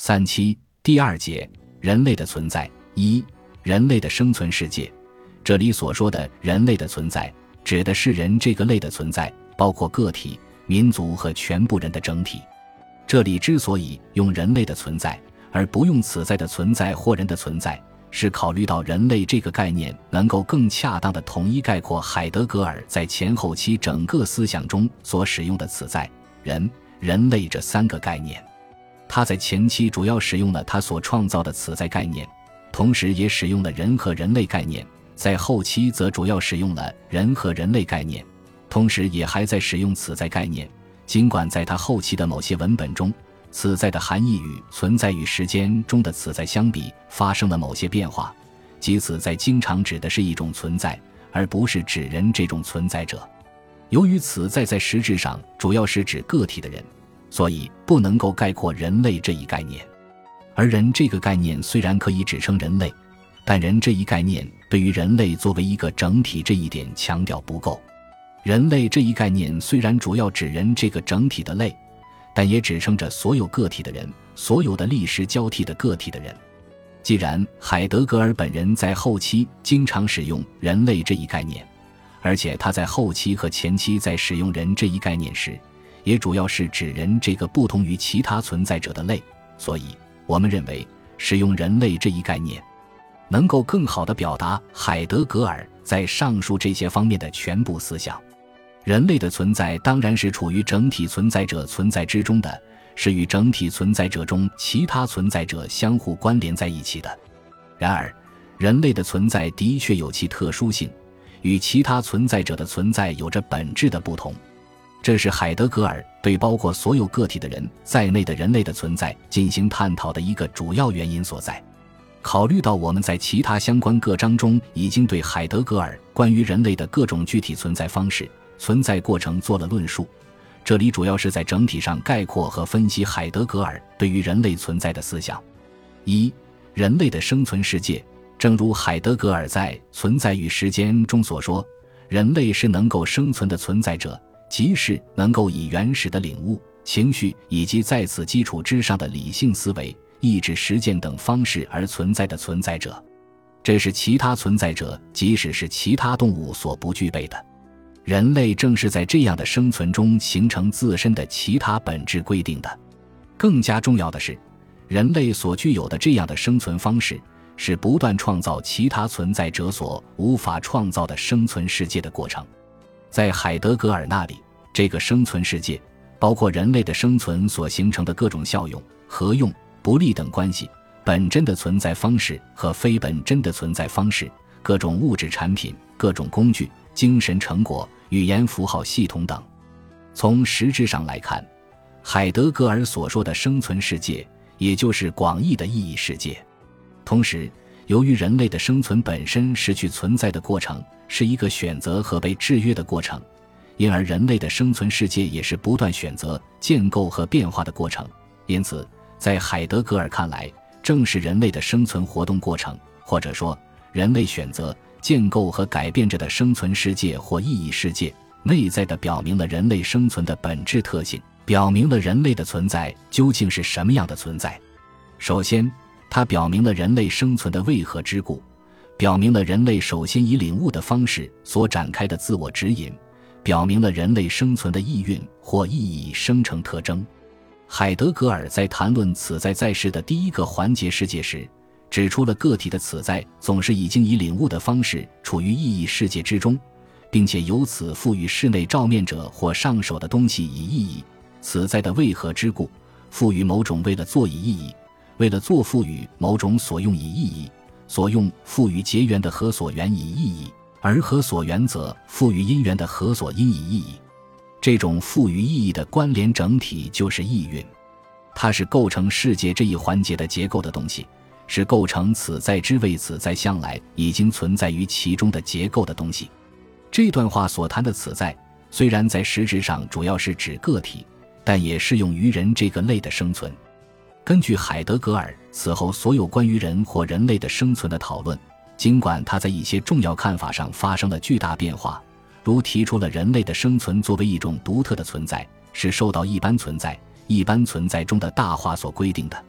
37第二节人类的存在。一、人类的生存世界。这里所说的人类的存在，指的是人这个类的存在，包括个体、民族和全部人的整体。这里之所以用人类的存在，而不用此在的存在或人的存在，是考虑到人类这个概念能够更恰当地统一概括海德格尔在前后期整个思想中所使用的此在、人、人类这三个概念。他在前期主要使用了他所创造的此在概念，同时也使用了人和人类概念，在后期则主要使用了人和人类概念，同时也还在使用此在概念。尽管在他后期的某些文本中，此在的含义与存在与时间中的此在相比发生了某些变化，即此在经常指的是一种存在，而不是指人这种存在者。由于此在在实质上主要是指个体的人，所以不能够概括人类这一概念。而人这个概念虽然可以指称人类，但人这一概念对于人类作为一个整体这一点强调不够。人类这一概念虽然主要指人这个整体的类，但也指称着所有个体的人，所有的历时交替的个体的人。既然海德格尔本人在后期经常使用人类这一概念，而且他在后期和前期在使用人这一概念时，也主要是指人这个不同于其他存在者的类，所以我们认为使用人类这一概念能够更好地表达海德格尔在上述这些方面的全部思想。人类的存在当然是处于整体存在者存在之中的，是与整体存在者中其他存在者相互关联在一起的。然而，人类的存在的确有其特殊性，与其他存在者的存在有着本质的不同。这是海德格尔对包括所有个体的人在内的人类的存在进行探讨的一个主要原因所在。考虑到我们在其他相关各章中已经对海德格尔关于人类的各种具体存在方式、存在过程做了论述，这里主要是在整体上概括和分析海德格尔对于人类存在的思想。一、人类的生存世界。正如海德格尔在《存在与时间》中所说，人类是能够生存的存在者，即是能够以原始的领悟、情绪以及在此基础之上的理性思维、意志实践等方式而存在的存在者。这是其他存在者即使是其他动物所不具备的。人类正是在这样的生存中形成自身的其他本质规定的。更加重要的是，人类所具有的这样的生存方式是不断创造其他存在者所无法创造的生存世界的过程。在海德格尔那里，这个生存世界包括人类的生存所形成的各种效用、合用、不利等关系，本真的存在方式和非本真的存在方式，各种物质产品、各种工具、精神成果、语言符号系统等。从实质上来看，海德格尔所说的生存世界也就是广义的意义世界。同时，由于人类的生存本身失去存在的过程是一个选择和被制约的过程，因而人类的生存世界也是不断选择、建构和变化的过程。因此，在海德格尔看来，正是人类的生存活动过程，或者说人类选择、建构和改变着的生存世界或意义世界，内在地表明了人类生存的本质特性，表明了人类的存在究竟是什么样的存在。首先，它表明了人类生存的为何之故，表明了人类首先以领悟的方式所展开的自我指引，表明了人类生存的意蕴或意义生成特征。海德格尔在谈论此在世的第一个环节世界时，指出了个体的此在总是已经以领悟的方式处于意义世界之中，并且由此赋予室内照面者或上手的东西以意义。此在的为何之故，赋予某种为了做以意义，为了做赋予某种所用以意义，所用赋予结缘的何所缘以意义，而何所缘则赋予因缘的何所因以意义。这种赋予意义的关联整体就是意蕴，它是构成世界这一环节的结构的东西，是构成此在之谓此在向来已经存在于其中的结构的东西。这段话所谈的此在，虽然在实质上主要是指个体，但也适用于人这个类的生存。根据海德格尔此后所有关于人或人类的生存的讨论，尽管他在一些重要看法上发生了巨大变化，如提出了人类的生存作为一种独特的存在，是受到一般存在中的大化所规定的，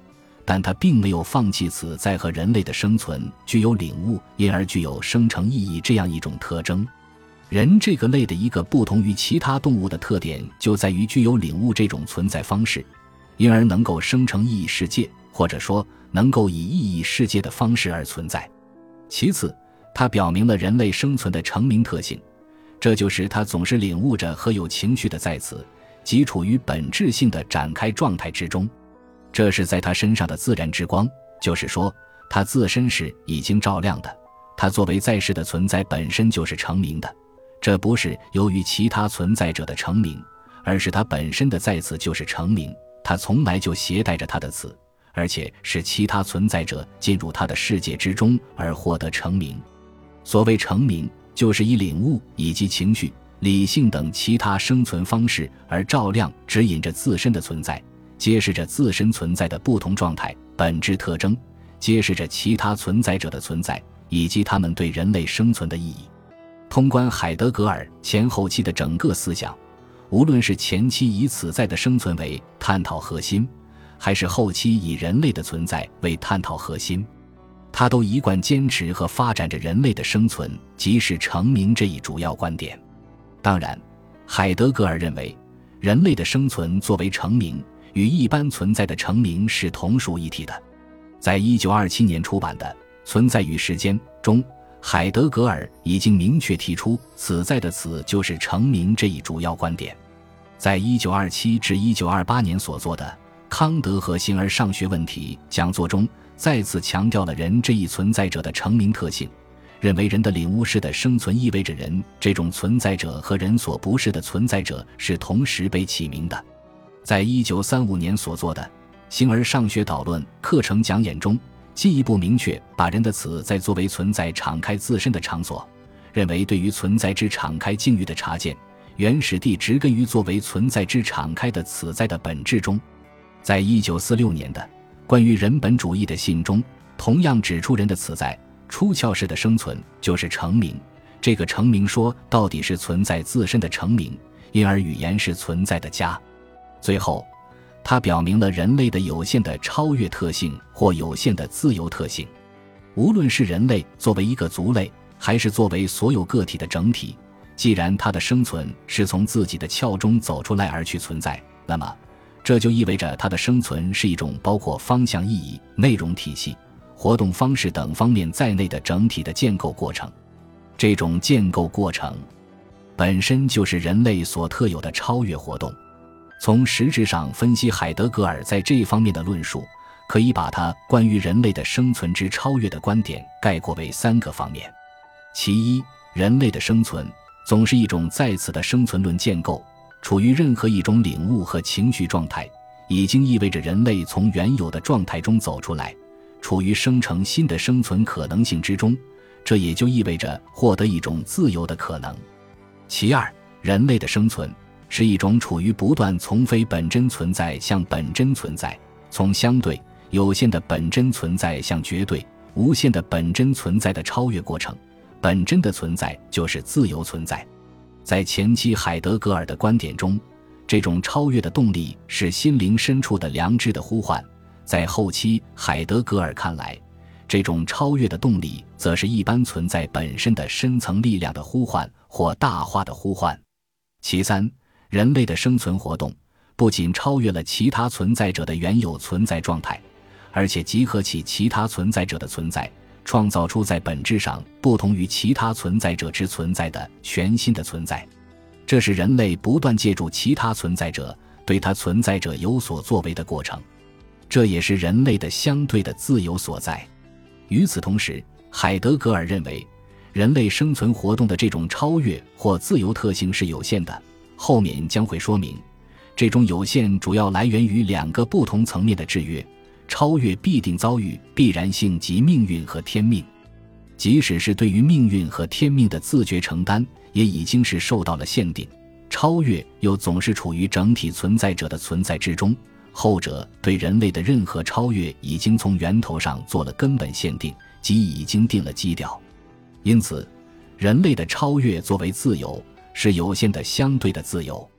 但他并没有放弃此在和人类的生存具有领悟，因而具有生成意义这样一种特征。人这个类的一个不同于其他动物的特点就在于具有领悟这种存在方式，因而能够生成意义世界，或者说能够以意义世界的方式而存在。其次，它表明了人类生存的成名特性，这就是它总是领悟着和有情绪的在此，即处于本质性的展开状态之中。这是在它身上的自然之光，就是说它自身是已经照亮的，它作为在世的存在本身就是成名的。这不是由于其他存在者的成名，而是它本身的在此就是成名，它从来就携带着它的此，而且是其他存在者进入它的世界之中而获得成名。所谓成名，就是以领悟以及情绪、理性等其他生存方式而照亮指引着自身的存在，揭示着自身存在的不同状态、本质特征，揭示着其他存在者的存在以及他们对人类生存的意义。通关海德格尔前后期的整个思想，无论是前期以此在的生存为探讨核心，还是后期以人类的存在为探讨核心，他都一贯坚持和发展着人类的生存即是成名这一主要观点。当然，海德格尔认为人类的生存作为成名与一般存在的成名是同属一体的。在1927年出版的《存在与时间》中，海德格尔已经明确提出此在的此就是成名这一主要观点。在1927至1928年所做的康德和形而上学问题讲座中，再次强调了人这一存在者的成名特性，认为人的领悟式的生存意味着人这种存在者和人所不是的存在者是同时被起名的。在1935年所做的形而上学导论课程讲演中，进一步明确把人的此在作为存在敞开自身的场所，认为对于存在之敞开境遇的察见，原始地植根于作为存在之敞开的此在的本质中。在1946年的关于人本主义的信中，同样指出人的此在出窍式的生存就是成名，这个成名说到底是存在自身的成名，因而语言是存在的家。最后他表明了人类的有限的超越特性或有限的自由特性。无论是人类作为一个族类，还是作为所有个体的整体，既然它的生存是从自己的窍中走出来而去存在，那么这就意味着它的生存是一种包括方向意义、内容体系、活动方式等方面在内的整体的建构过程。这种建构过程本身就是人类所特有的超越活动。从实质上分析海德格尔在这一方面的论述，可以把他关于人类的生存之超越的观点概括为3个方面。其一，人类的生存总是一种在此的生存论建构，处于任何一种领悟和情绪状态，已经意味着人类从原有的状态中走出来，处于生成新的生存可能性之中，这也就意味着获得一种自由的可能。其二，人类的生存是一种处于不断从非本真存在向本真存在，从相对有限的本真存在向绝对无限的本真存在的超越过程。本真的存在就是自由存在。在前期海德格尔的观点中，这种超越的动力是心灵深处的良知的呼唤，在后期海德格尔看来，这种超越的动力则是一般存在本身的深层力量的呼唤或大化的呼唤。其三，人类的生存活动不仅超越了其他存在者的原有存在状态，而且集合起其他存在者的存在，创造出在本质上不同于其他存在者之存在的全新的存在。这是人类不断借助其他存在者对他存在者有所作为的过程，这也是人类的相对的自由所在。与此同时，海德格尔认为人类生存活动的这种超越或自由特性是有限的，后面将会说明这种有限主要来源于2个不同层面的制约。超越必定遭遇必然性及命运和天命，即使是对于命运和天命的自觉承担也已经是受到了限定，超越又总是处于整体存在者的存在之中，后者对人类的任何超越已经从源头上做了根本限定，即已经定了基调。因此人类的超越作为自由是有限的相对的自由。